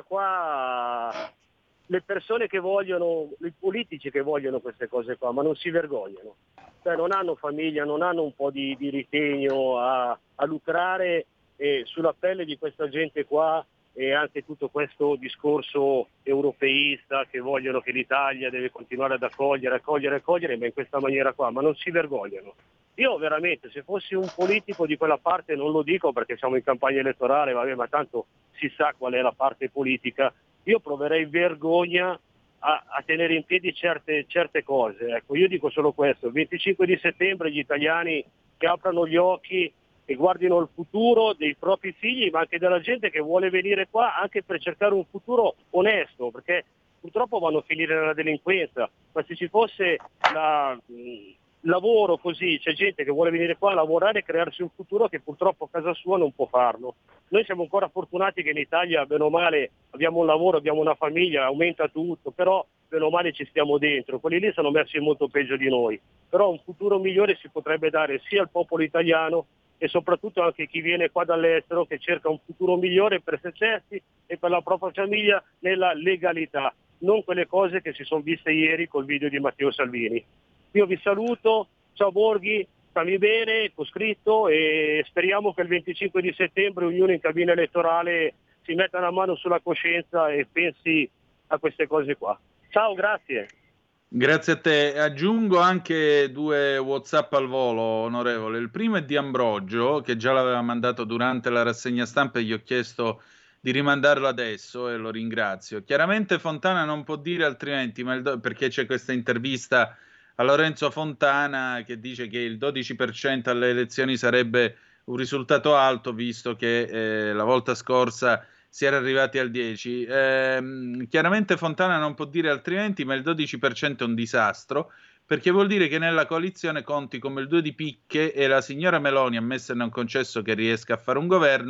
qua, le persone che vogliono, i politici che vogliono queste cose qua, ma non si vergognano, cioè non hanno famiglia, non hanno un po' di, di ritegno a, a lucrare eh, sulla pelle di questa gente qua, e anche tutto questo discorso europeista che vogliono che l'Italia deve continuare ad accogliere, accogliere, accogliere, ma in questa maniera qua, ma non si vergognano. Io veramente, se fossi un politico di quella parte, non lo dico perché siamo in campagna elettorale, vabbè, ma tanto si sa qual è la parte politica, io proverei vergogna a, a tenere in piedi certe, certe cose. Ecco, io dico solo questo, il venticinque di settembre gli italiani che aprano gli occhi e guardino il futuro dei propri figli, ma anche della gente che vuole venire qua anche per cercare un futuro onesto, perché purtroppo vanno a finire nella delinquenza, ma se ci fosse la, mh, lavoro così, c'è gente che vuole venire qua a lavorare e crearsi un futuro che purtroppo a casa sua non può farlo. Noi siamo ancora fortunati che in Italia, bene o male, abbiamo un lavoro, abbiamo una famiglia, aumenta tutto, però bene o male ci stiamo dentro. Quelli lì sono messi molto peggio di noi, però un futuro migliore si potrebbe dare sia al popolo italiano e soprattutto anche chi viene qua dall'estero, che cerca un futuro migliore per se stessi e per la propria famiglia nella legalità, non quelle cose che si sono viste ieri col video di Matteo Salvini. Io vi saluto, ciao Borghi, stammi bene, ho scritto, e speriamo che il venticinque di settembre ognuno in cabina elettorale si metta una mano sulla coscienza e pensi a queste cose qua. Ciao, grazie. Grazie a te. Aggiungo anche due WhatsApp al volo, onorevole. Il primo è di Ambrogio, che già l'aveva mandato durante la rassegna stampa e gli ho chiesto di rimandarlo adesso e lo ringrazio. Chiaramente Fontana non può dire altrimenti, ma il do- perché c'è questa intervista a Lorenzo Fontana che dice che il dodici per cento alle elezioni sarebbe un risultato alto, visto che eh, la volta scorsa si era arrivati al dieci per cento. Eh, chiaramente Fontana non può dire altrimenti, ma il dodici per cento è un disastro, perché vuol dire che nella coalizione conti come il due di picche e la signora Meloni, ammesso e non concesso che riesca a fare un governo,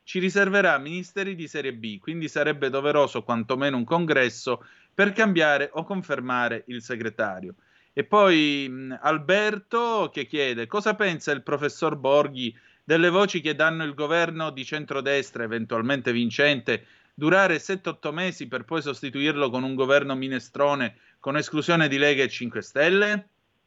ci riserverà ministeri di serie B, quindi sarebbe doveroso quantomeno un congresso per cambiare o confermare il segretario. E poi mh, Alberto che chiede cosa pensa il professor Borghi delle voci che danno il governo di centrodestra, eventualmente vincente, durare sette otto mesi per poi sostituirlo con un governo minestrone con esclusione di Lega e cinque Stelle?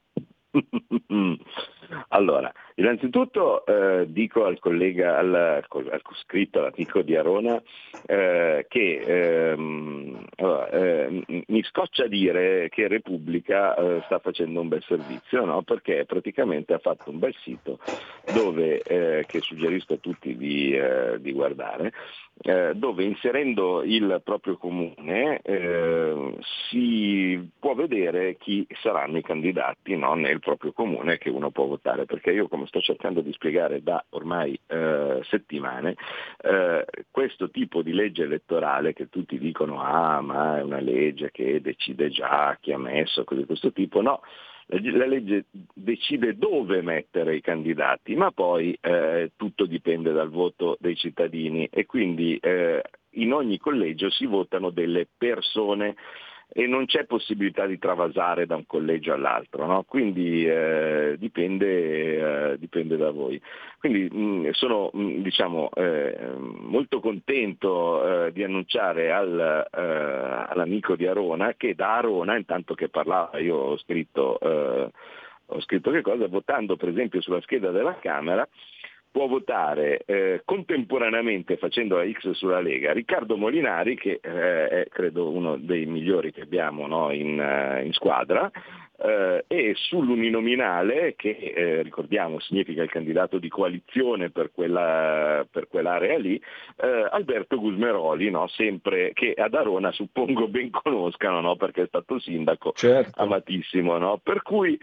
Allora, innanzitutto eh, dico al collega, al, al scritto, all'amico di Arona, eh, che ehm, allora, eh, mi scoccia dire che Repubblica eh, sta facendo un bel servizio, no? Perché praticamente ha fatto un bel sito dove, eh, che suggerisco a tutti di, eh, di guardare, eh, dove inserendo il proprio comune eh, si può vedere chi saranno i candidati, no? Nel proprio comune che uno può votare, perché io, come sto cercando di spiegare da ormai eh, settimane, eh, questo tipo di legge elettorale che tutti dicono ah ma è una legge che decide già chi ha messo, cose di questo tipo, no, la legge decide dove mettere i candidati, ma poi eh, tutto dipende dal voto dei cittadini e quindi eh, in ogni collegio si votano delle persone e non c'è possibilità di travasare da un collegio all'altro, no? Quindi eh, dipende, eh, dipende da voi. Quindi mh, sono mh, diciamo, eh, molto contento eh, di annunciare al, eh, all'amico di Arona che da Arona, intanto che parlava, io ho scritto, eh, ho scritto che cosa, votando per esempio sulla scheda della Camera, può votare eh, contemporaneamente facendo la X sulla Lega Riccardo Molinari, che eh, è credo uno dei migliori che abbiamo, no, in, uh, in squadra, eh, e sull'uninominale, che eh, ricordiamo significa il candidato di coalizione per, quella, per quell'area lì, eh, Alberto Gusmeroli, no, sempre che ad Arona suppongo ben conoscano, no, perché è stato sindaco, certo, amatissimo, no? Per cui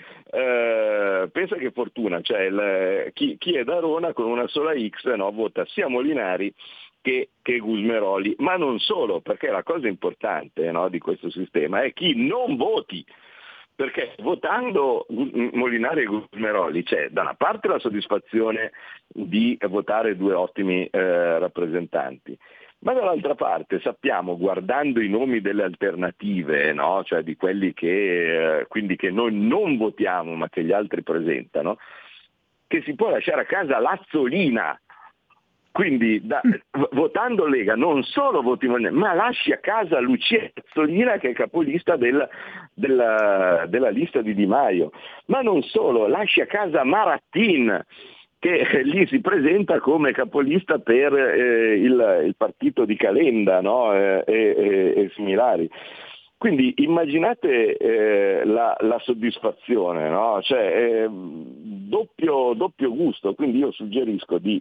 eh, pensa che fortuna, cioè il, chi, chi è da Arona con una sola X, no, vota sia Molinari che, che Gusmeroli, ma non solo, perché la cosa importante, no, di questo sistema è chi non voti, perché votando Molinari e Gusmeroli c'è da una parte la soddisfazione di votare due ottimi eh, rappresentanti, ma dall'altra parte sappiamo, guardando i nomi delle alternative, no, cioè di quelli che eh, quindi che noi non votiamo ma che gli altri presentano, che si può lasciare a casa l'Azzolina. Quindi da, votando Lega non solo voti Molinari, ma lasci a casa Lucia Azzolina, che è capolista del, della, della lista di Di Maio, ma non solo, lasci a casa Marattin, che lì si presenta come capolista per eh, il, il partito di Calenda, no? e, e, e similari. Quindi immaginate eh, la, la soddisfazione, no? Cioè, eh, doppio, doppio gusto, quindi io suggerisco di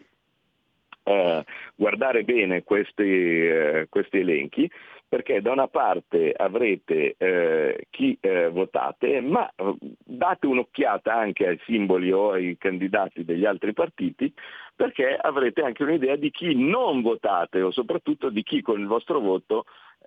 eh, guardare bene questi, eh, questi elenchi, perché da una parte avrete eh, chi eh, votate, ma date un'occhiata anche ai simboli o ai candidati degli altri partiti, perché avrete anche un'idea di chi non votate o soprattutto di chi con il vostro voto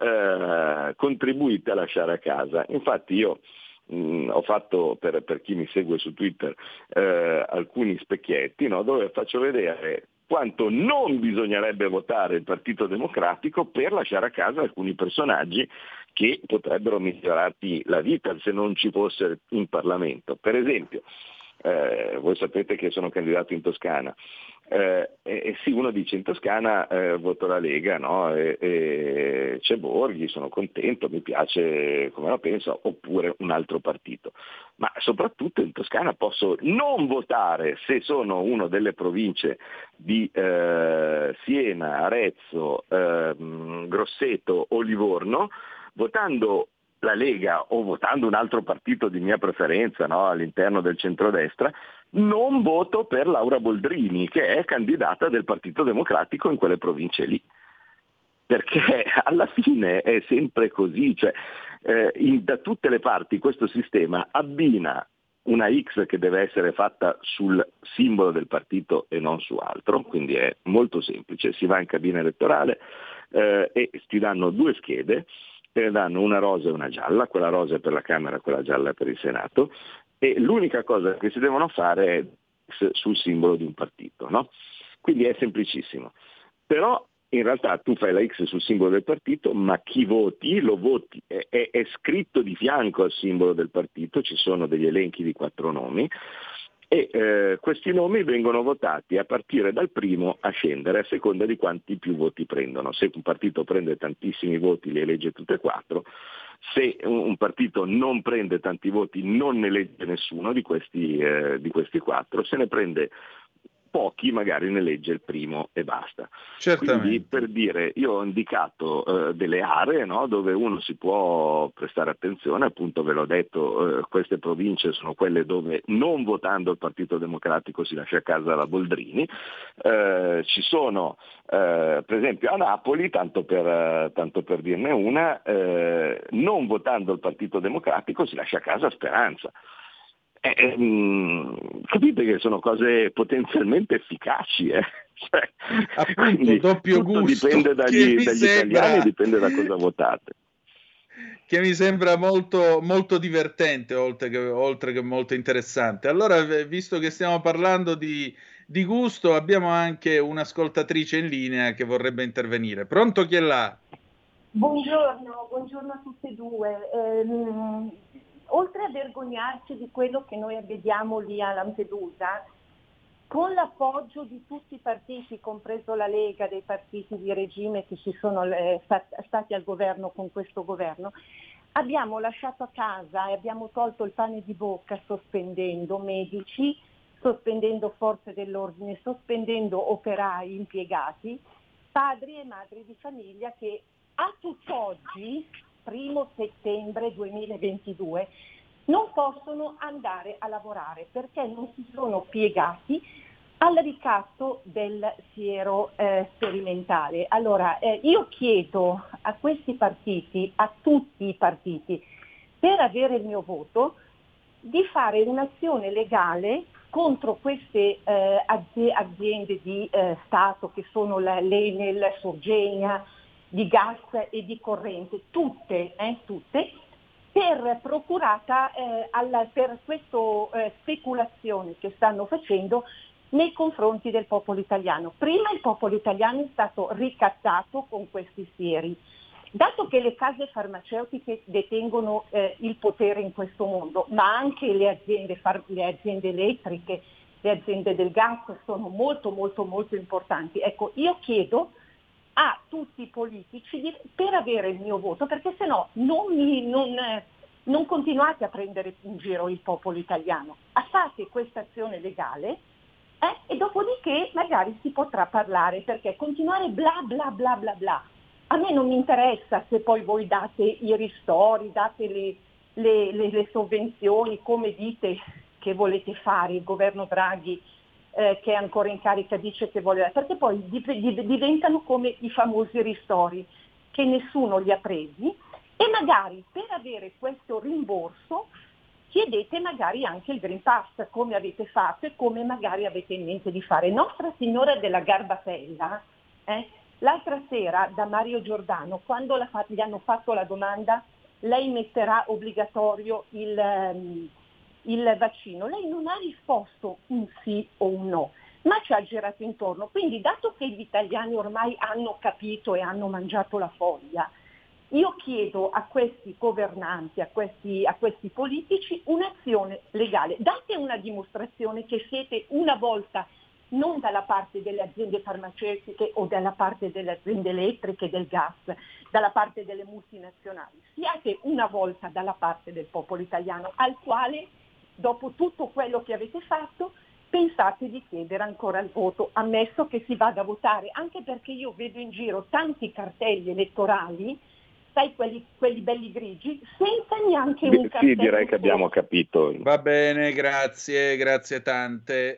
eh, contribuite a lasciare a casa. Infatti io mh, ho fatto, per, per chi mi segue su Twitter, eh, alcuni specchietti, no, dove faccio vedere quanto non bisognerebbe votare il Partito Democratico per lasciare a casa alcuni personaggi che potrebbero migliorarti la vita se non ci fosse in Parlamento. Per esempio, eh, voi sapete che sono candidato in Toscana, eh, e, e sì, uno dice in Toscana eh, voto la Lega, no? e, e c'è Borghi, sono contento, mi piace come la penso, oppure un altro partito. Ma soprattutto in Toscana posso non votare se sono una delle province di eh, Siena, Arezzo, eh, Grosseto o Livorno, votando la Lega o votando un altro partito di mia preferenza, no, all'interno del centrodestra, non voto per Laura Boldrini, che è candidata del Partito Democratico in quelle province lì. Perché alla fine è sempre così, cioè eh, in, da tutte le parti questo sistema abbina una X che deve essere fatta sul simbolo del partito e non su altro, quindi è molto semplice, si va in cabina elettorale eh, e ti danno due schede, te ne danno una rosa e una gialla, quella rosa è per la Camera, quella gialla è per il Senato, e l'unica cosa che si devono fare è sul simbolo di un partito, no? Quindi è semplicissimo. però in realtà tu fai la X sul simbolo del partito, ma chi voti lo voti, è, è, è scritto di fianco al simbolo del partito, ci sono degli elenchi di quattro nomi, e eh, questi nomi vengono votati a partire dal primo a scendere, a seconda di quanti più voti prendono. Se un partito prende tantissimi voti li elegge tutte e quattro, se un partito non prende tanti voti non ne elegge nessuno di questi, eh, di questi quattro, se ne prende pochi magari ne legge il primo e basta. Certamente. Quindi, per dire, io ho indicato eh, delle aree, no, dove uno si può prestare attenzione, appunto ve l'ho detto, eh, queste province sono quelle dove non votando il Partito Democratico si lascia a casa la Boldrini, eh, ci sono eh, per esempio a Napoli, tanto per, eh, tanto per dirne una, eh, non votando il Partito Democratico si lascia a casa Speranza. Eh, mh, capite che sono cose potenzialmente efficaci, eh? Cioè, appunto doppio tutto gusto, dipende dagli, dagli sembra... italiani, dipende da cosa votate. Che mi sembra molto, molto divertente, oltre che, oltre che molto interessante. Allora, visto che stiamo parlando di, di gusto, abbiamo anche un'ascoltatrice in linea che vorrebbe intervenire. Pronto, chi è là? Buongiorno, buongiorno a tutte e due. Ehm, oltre a vergognarci di quello che noi vediamo lì a Lampedusa, con l'appoggio di tutti i partiti, compreso la Lega, dei partiti di regime che ci sono eh, stati al governo con questo governo, abbiamo lasciato a casa e abbiamo tolto il pane di bocca sospendendo medici, sospendendo forze dell'ordine, sospendendo operai, impiegati, padri e madri di famiglia che a tutt'oggi, primo settembre duemilaventidue, non possono andare a lavorare perché non si sono piegati al ricatto del siero eh, sperimentale. Allora, eh, io chiedo a questi partiti, a tutti i partiti, per avere il mio voto, di fare un'azione legale contro queste eh, aziende di eh, Stato che sono la, l'Enel, Sorgenia, di gas e di corrente, tutte, eh, tutte, per procurata eh, alla, per questa eh, speculazione che stanno facendo nei confronti del popolo italiano. Prima il popolo italiano è stato ricattato con questi sieri. Dato che le case farmaceutiche detengono eh, il potere in questo mondo, ma anche le aziende, far- le aziende elettriche, le aziende del gas sono molto molto molto importanti. Ecco, io chiedo a tutti i politici di, per avere il mio voto, perché se no non, mi, non, eh, non continuate a prendere in giro il popolo italiano. Fate questa azione legale eh, e dopodiché magari si potrà parlare, perché continuare bla bla bla bla bla. A me non mi interessa se poi voi date i ristori, date le, le, le, le sovvenzioni, come dite che volete fare, il governo Draghi eh, che è ancora in carica dice che vuole, perché poi diventano come i famosi ristori che nessuno li ha presi, e magari per avere questo rimborso chiedete magari anche il Green Pass, come avete fatto e come magari avete in mente di fare. Nostra Signora della Garbatella, eh, l'altra sera da Mario Giordano, quando la, gli hanno fatto la domanda, lei metterà obbligatorio il, um, il vaccino, lei non ha risposto un sì o un no, ma ci ha girato intorno. Quindi, dato che gli italiani ormai hanno capito e hanno mangiato la foglia, io chiedo a questi governanti, a questi, a questi politici, un'azione legale. Date una dimostrazione che siete una volta non dalla parte delle aziende farmaceutiche o dalla parte delle aziende elettriche, del gas, dalla parte delle multinazionali. Siate una volta dalla parte del popolo italiano, al quale, dopo tutto quello che avete fatto, pensate di chiedere ancora il voto, ammesso che si vada a votare, anche perché io vedo in giro tanti cartelli elettorali, sai, quelli, quelli belli grigi, senza neanche un cartello. Sì, direi che abbiamo capito. Va bene, grazie, grazie tante.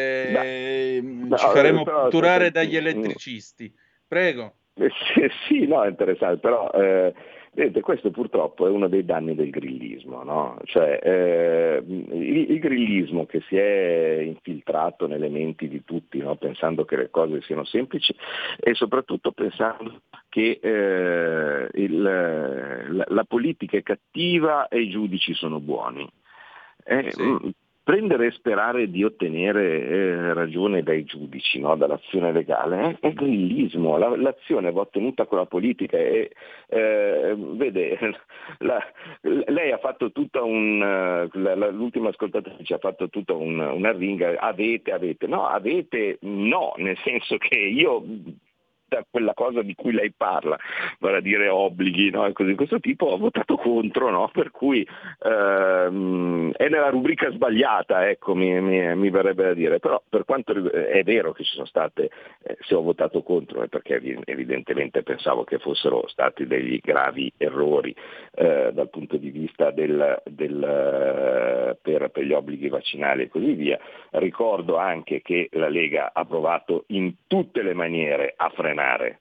Eh, no, ci faremo però, catturare però, dagli elettricisti. Prego. Eh, sì, sì, no, è interessante, però eh, vedete, questo purtroppo è uno dei danni del grillismo, no? Cioè eh, il, il grillismo che si è infiltrato nelle menti di tutti, no? Pensando che le cose siano semplici e soprattutto pensando che eh, il, la, la politica è cattiva e i giudici sono buoni. Eh, sì. prendere e sperare di ottenere eh, ragione dai giudici, no? Dall'azione legale, è, è grillismo. La, l'azione va ottenuta con la politica e eh, vede, la, lei ha fatto tutta un, la, la, l'ultima ascoltatrice ha fatto tutta un, una ringa, avete, avete, no, avete no, nel senso che io quella cosa di cui lei parla, vale a dire obblighi, no? E così di questo tipo, ho votato contro, no? Per cui ehm, è nella rubrica sbagliata, ecco, mi, mi, mi verrebbe da dire, però per quanto è vero che ci sono state, eh, se ho votato contro è perché evidentemente pensavo che fossero stati degli gravi errori eh, dal punto di vista del, del, per, per gli obblighi vaccinali e così via. Ricordo anche che la Lega ha provato in tutte le maniere a frenare,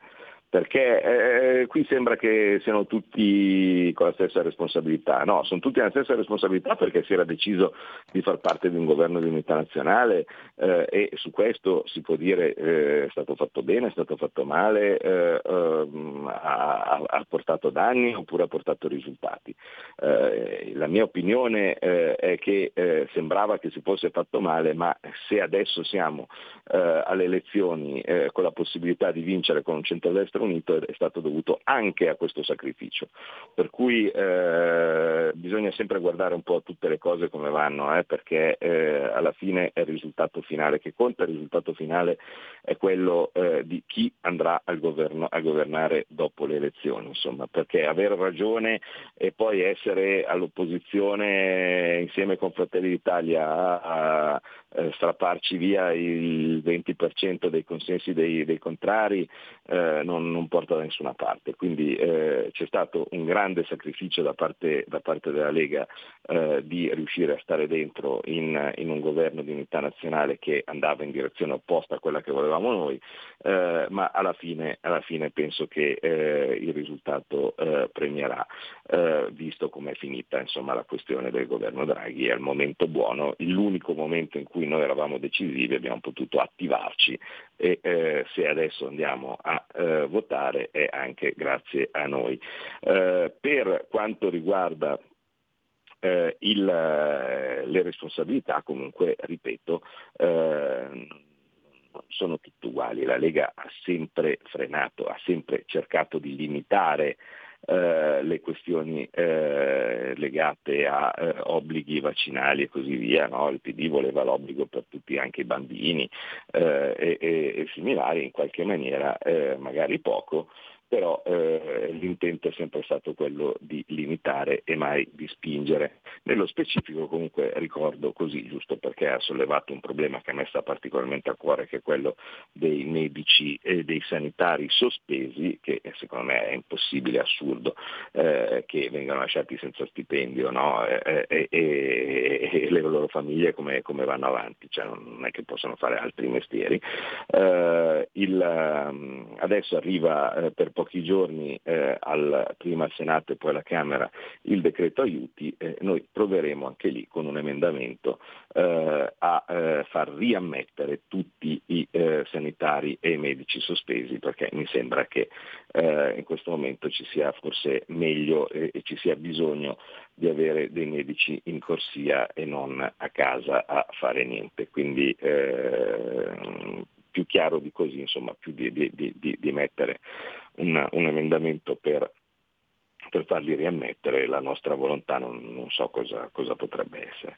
perché eh, qui sembra che siano tutti con la stessa responsabilità. No, sono tutti nella stessa responsabilità perché si era deciso di far parte di un governo di unità nazionale eh, e su questo si può dire eh, è stato fatto bene, è stato fatto male, eh, eh, ha, ha portato danni oppure ha portato risultati. Eh, la mia opinione eh, è che eh, sembrava che si fosse fatto male, ma se adesso siamo eh, alle elezioni eh, con la possibilità di vincere con un centrodestra unito è stato dovuto anche a questo sacrificio, per cui eh, bisogna sempre guardare un po' tutte le cose come vanno, eh, perché eh, alla fine è il risultato finale che conta. Il risultato finale è quello eh, di chi andrà al governo a governare dopo le elezioni, insomma, perché avere ragione e poi essere all'opposizione insieme con Fratelli d'Italia a, a strapparci via il venti per cento dei consensi dei, dei contrari eh, non, non porta da nessuna parte. Quindi eh, c'è stato un grande sacrificio da parte, da parte della Lega eh, di riuscire a stare dentro in, in un governo di unità nazionale che andava in direzione opposta a quella che volevamo noi, eh, ma alla fine, alla fine penso che eh, il risultato eh, premierà, eh, visto come è finita insomma la questione del governo Draghi. È al momento buono, l'unico momento in cui noi eravamo decisivi, abbiamo potuto attivarci e eh, se adesso andiamo a eh, votare è anche grazie a noi. Eh, per quanto riguarda eh, il, le responsabilità, comunque ripeto, eh, sono tutte uguali. La Lega ha sempre frenato, ha sempre cercato di limitare Uh, le questioni uh, legate a uh, obblighi vaccinali e così via, no? Il P D voleva l'obbligo per tutti, anche i bambini uh, e, e, e similari, in qualche maniera uh, magari poco, però eh, l'intento è sempre stato quello di limitare e mai di spingere. Nello specifico comunque ricordo così, giusto perché ha sollevato un problema che a me sta particolarmente a cuore, che è quello dei medici e dei sanitari sospesi, che secondo me è impossibile, assurdo, eh, che vengano lasciati senza stipendio, no? e, e, e, e le loro famiglie come, come vanno avanti, cioè non è che possono fare altri mestieri. Eh, il, adesso arriva eh, per pochi giorni eh, al, prima al Senato e poi alla Camera il decreto aiuti, eh, noi proveremo anche lì con un emendamento eh, a eh, far riammettere tutti i eh, sanitari e i medici sospesi, perché mi sembra che eh, in questo momento ci sia forse meglio e, e ci sia bisogno di avere dei medici in corsia e non a casa a fare niente. Quindi eh, più chiaro di così, insomma, più di, di, di, di mettere un, un emendamento per, per farli riammettere, la nostra volontà non, non so cosa, cosa potrebbe essere.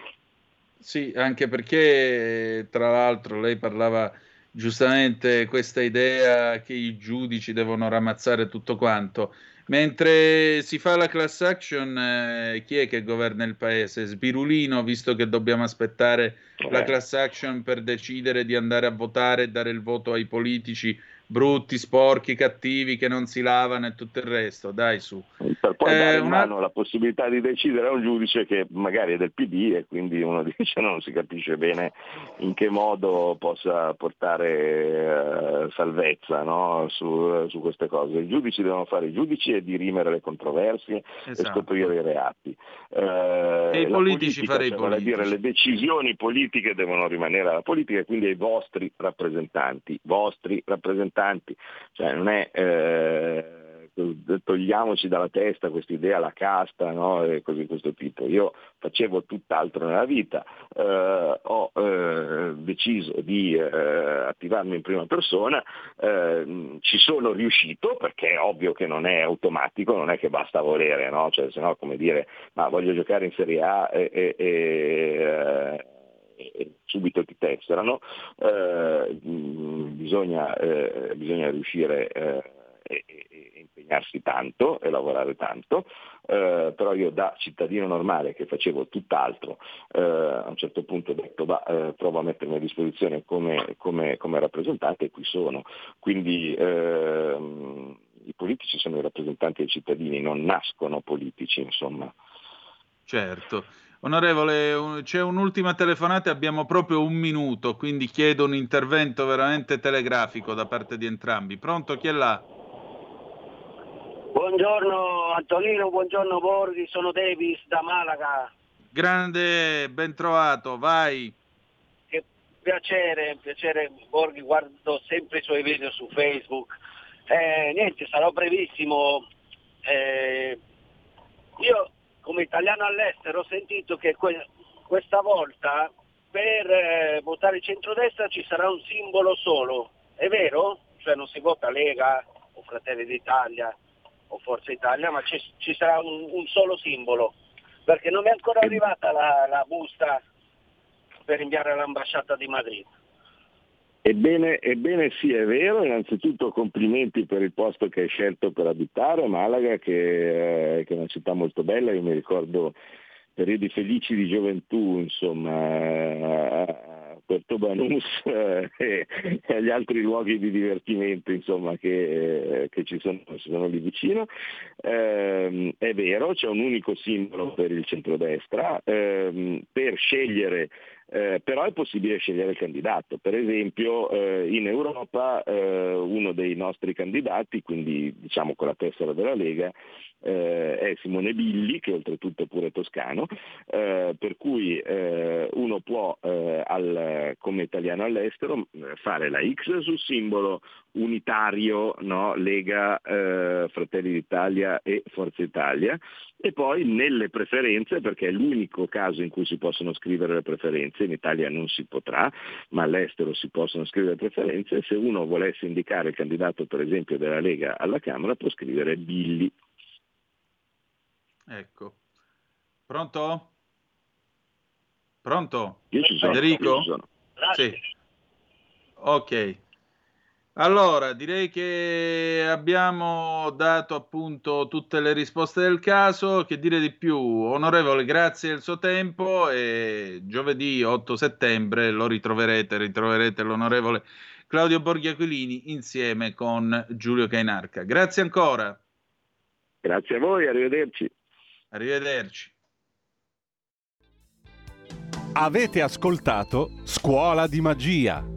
Sì, anche perché tra l'altro lei parlava giustamente questa idea che i giudici devono ramazzare tutto quanto. Mentre si fa la class action, eh, chi è che governa il paese? Sbirulino, visto che dobbiamo aspettare la class action per decidere di andare a votare e dare il voto ai politici brutti, sporchi, cattivi, che non si lavano e tutto il resto. Dai, su. Per poi eh, dare in una... mano la possibilità di decidere a un giudice che magari è del P D e quindi uno dice non si capisce bene in che modo possa portare uh, salvezza, no? su, su queste cose. I giudici devono fare i giudici e dirimere le controversie, esatto, e scoprire i reati. Uh, e i politici politica, fare cioè, i politici. Dire, le decisioni politiche devono rimanere alla politica e quindi ai vostri rappresentanti, vostri rappresentanti. Cioè non è eh, togliamoci dalla testa questa idea, la casta, no? E cose di questo tipo. Io facevo tutt'altro nella vita, eh, ho eh, deciso di eh, attivarmi in prima persona, eh, ci sono riuscito, perché è ovvio che non è automatico, non è che basta volere, no? Cioè, se no, come dire, ma voglio giocare in Serie A e, e, e e subito ti tesserano, eh, bisogna, eh, bisogna riuscire eh, e, e impegnarsi tanto e lavorare tanto, eh, però io da cittadino normale che facevo tutt'altro, eh, a un certo punto ho detto bah, eh, provo a mettermi a disposizione come, come, come rappresentante e qui sono, quindi eh, i politici sono i rappresentanti dei cittadini, non nascono politici, insomma. Certo. Onorevole, c'è un'ultima telefonata e abbiamo proprio un minuto, quindi chiedo un intervento veramente telegrafico da parte di entrambi. Pronto, chi è là? Buongiorno Antonino, buongiorno Borghi, sono Davis da Malaga. Grande, ben trovato, vai. Che piacere, piacere Borghi, guardo sempre i suoi video su Facebook. Eh, niente, sarò brevissimo. Eh, io come italiano all'estero ho sentito che que- questa volta per eh, votare centrodestra ci sarà un simbolo solo, è vero? Cioè non si vota Lega o Fratelli d'Italia o Forza Italia, ma ci, ci sarà un, un solo simbolo, perché non mi è ancora arrivata la, la busta per inviare all'ambasciata di Madrid. Ebbene, ebbene sì, è vero, innanzitutto complimenti per il posto che hai scelto per abitare, Malaga, che, eh, che è una città molto bella, io mi ricordo periodi felici di gioventù, insomma, a Puerto Banús eh, e agli altri luoghi di divertimento, insomma, che, eh, che ci, sono, ci sono lì vicino. Eh, è vero, c'è un unico simbolo per il centrodestra, eh, per scegliere. Eh, però è possibile scegliere il candidato. Per esempio eh, in Europa eh, uno dei nostri candidati, quindi diciamo con la tessera della Lega, eh, è Simone Billi, che oltretutto è pure toscano, eh, per cui eh, uno può eh, al, come italiano all'estero fare la X sul simbolo unitario, no? Lega, eh, Fratelli d'Italia e Forza Italia, e poi nelle preferenze, perché è l'unico caso in cui si possono scrivere le preferenze, in Italia non si potrà, ma all'estero si possono scrivere le preferenze, se uno volesse indicare il candidato per esempio della Lega alla Camera può scrivere Billi. Ecco. Pronto? Pronto? Io ci sono. Federico? Io ci sono. Sì. Ok. Allora, direi che abbiamo dato appunto tutte le risposte del caso. Che dire di più? Onorevole, grazie del suo tempo e giovedì otto settembre lo ritroverete, ritroverete l'onorevole Claudio Borghi Aquilini insieme con Giulio Cainarca. Grazie ancora. Grazie a voi, arrivederci. Arrivederci. Avete ascoltato Scuola di Magia.